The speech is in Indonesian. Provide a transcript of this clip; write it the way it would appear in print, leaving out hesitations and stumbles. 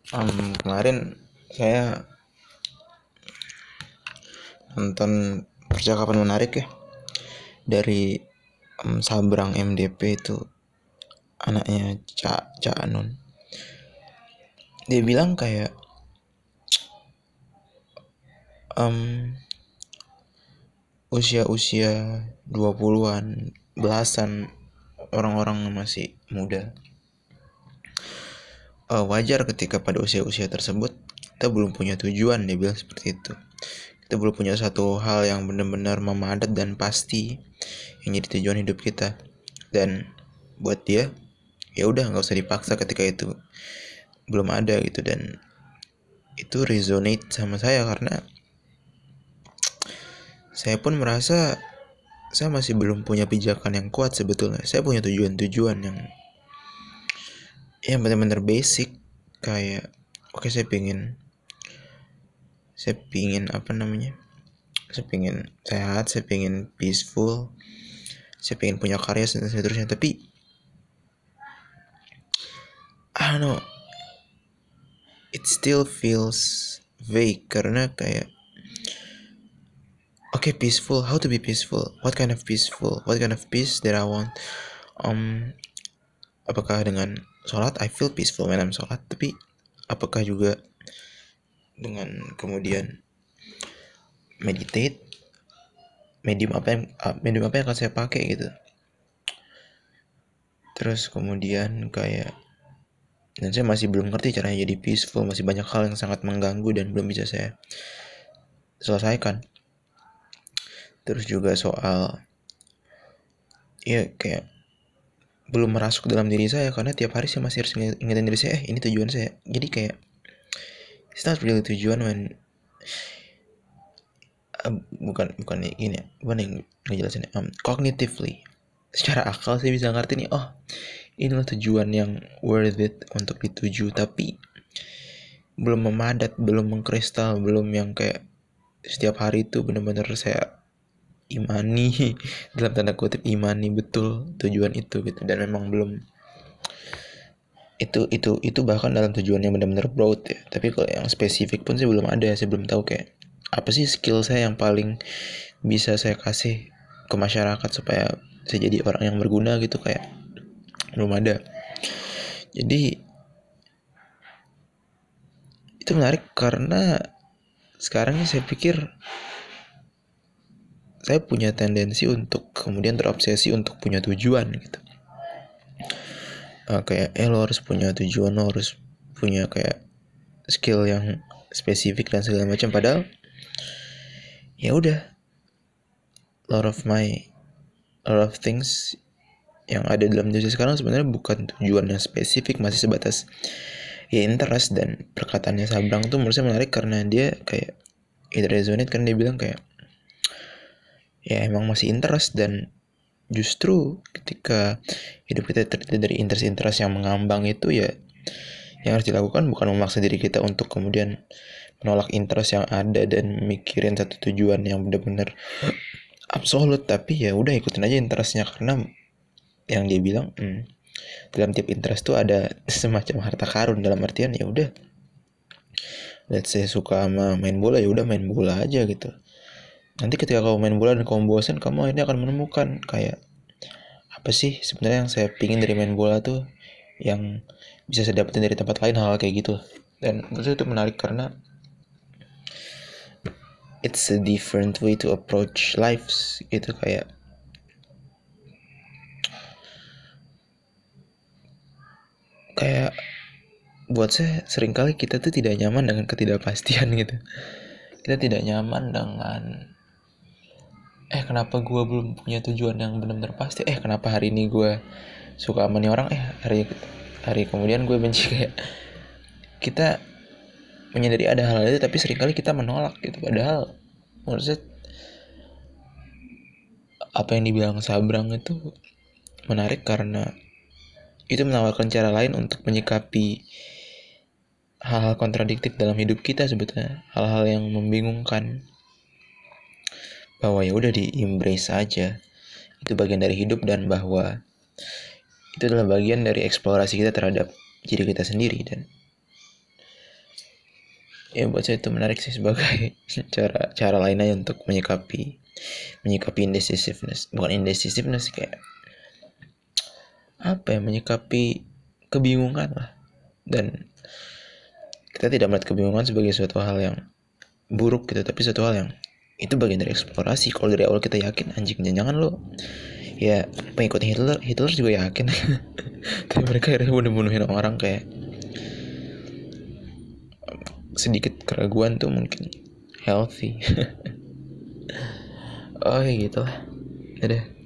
Kemarin saya nonton percakapan menarik ya dari Sabrang MDP itu, anaknya Cak Anun. Dia bilang kayak usia-usia 20-an, belasan orang-orang masih muda. Wajar ketika pada usia-usia tersebut kita belum punya tujuan, dia bilang seperti itu. Kita belum punya satu hal yang benar-benar memadat dan pasti yang jadi tujuan hidup kita. Dan buat dia, ya udah nggak usah dipaksa ketika itu belum ada gitu. Dan itu resonate sama saya karena saya pun merasa saya masih belum punya pijakan yang kuat sebetulnya. Saya punya tujuan-tujuan yang benar-benar basic, kayak oke, saya pingin saya pingin sehat, saya pingin peaceful, saya pingin punya karya dan seterusnya. Tapi I don't know, it still feels vague karena kayak peaceful, how to be peaceful, what kind of peace that I want. Apakah dengan sholat I feel peaceful when I'm sholat, tapi apakah juga dengan kemudian meditate, medium apa yang akan saya pakai gitu. Terus kemudian kayak, dan saya masih belum ngerti caranya jadi peaceful, masih banyak hal yang sangat mengganggu dan belum bisa saya selesaikan. Terus juga soal ya kayak belum merasuk dalam diri saya karena tiap hari saya masih harus ingetin diri saya, ini tujuan saya. Jadi kayak it's not really tujuan when bukan ini ya, bukan yang ngejelasin cognitively, secara akal saya bisa ngerti nih, oh inilah tujuan yang worth it untuk dituju, tapi belum memadat, belum mengkristal, belum yang kayak setiap hari itu benar-benar saya imani dalam tanda kutip imani betul tujuan itu gitu. Dan memang belum itu bahkan dalam tujuan yang benar-benar broad ya, tapi kalau yang spesifik pun saya belum ada. Saya belum tahu kayak apa sih skill saya yang paling bisa saya kasih ke masyarakat supaya saya jadi orang yang berguna gitu, kayak belum ada. Jadi itu menarik karena sekarang saya pikir saya punya tendensi untuk kemudian terobsesi untuk punya tujuan gitu. Kayak lo harus punya tujuan, lo harus punya kayak skill yang spesifik dan segala macam, padahal ya udah, lot of things yang ada dalam diri sekarang sebenarnya bukan tujuan yang spesifik, masih sebatas ya interest. Dan perkataannya Sabrang tuh menurut saya menarik karena dia kayak it resonate kan. Dia bilang kayak ya emang masih interest, dan justru ketika hidup kita terdiri dari interest yang mengambang itu, ya yang harus dilakukan bukan memaksa diri kita untuk kemudian menolak interest yang ada dan mikirin satu tujuan yang benar-benar absolut, tapi ya udah ikutin aja interestnya. Karena yang dia bilang dalam tiap interest tuh ada semacam harta karun, dalam artian ya udah, let's say suka sama main bola, ya udah main bola aja gitu. Nanti ketika kamu main bola dan kamu bosan, kamu akhirnya akan menemukan kayak apa sih sebenarnya yang saya pingin dari main bola tuh, yang bisa saya dapetin dari tempat lain, hal kayak gitu. Dan menurut saya itu menarik karena it's a different way to approach life gitu. Kayak buat saya seringkali kita tuh tidak nyaman dengan ketidakpastian gitu. Kita tidak nyaman dengan kenapa gue belum punya tujuan yang benar-benar pasti, kenapa hari ini gue suka sama nih orang, hari kemudian gue benci. Kayak kita menyadari ada hal itu tapi seringkali kita menolak gitu. Padahal menurut saya apa yang dibilang Sabrang itu menarik karena itu menawarkan cara lain untuk menyikapi hal-hal kontradiktif dalam hidup kita sebetulnya, hal-hal yang membingungkan, bahwa ya udah di-embrace aja, itu bagian dari hidup, dan bahwa itu adalah bagian dari eksplorasi kita terhadap diri kita sendiri. Dan Ya buat saya itu menarik sih sebagai cara lain aja untuk menyikapi indecisiveness, bukan indecisiveness, kayak apa ya, menyikapi kebingungan lah. Dan kita tidak melihat kebingungan sebagai suatu hal yang buruk gitu, tapi suatu hal yang itu bagian dari eksplorasi. Kalau dari awal kita yakin anjing, jangan lo ya pengikut Hitler juga yakin tapi mereka akhirnya bunuh-bunuhin orang, kayak sedikit keraguan tuh mungkin healthy. Oh ya gitu lah. Udah.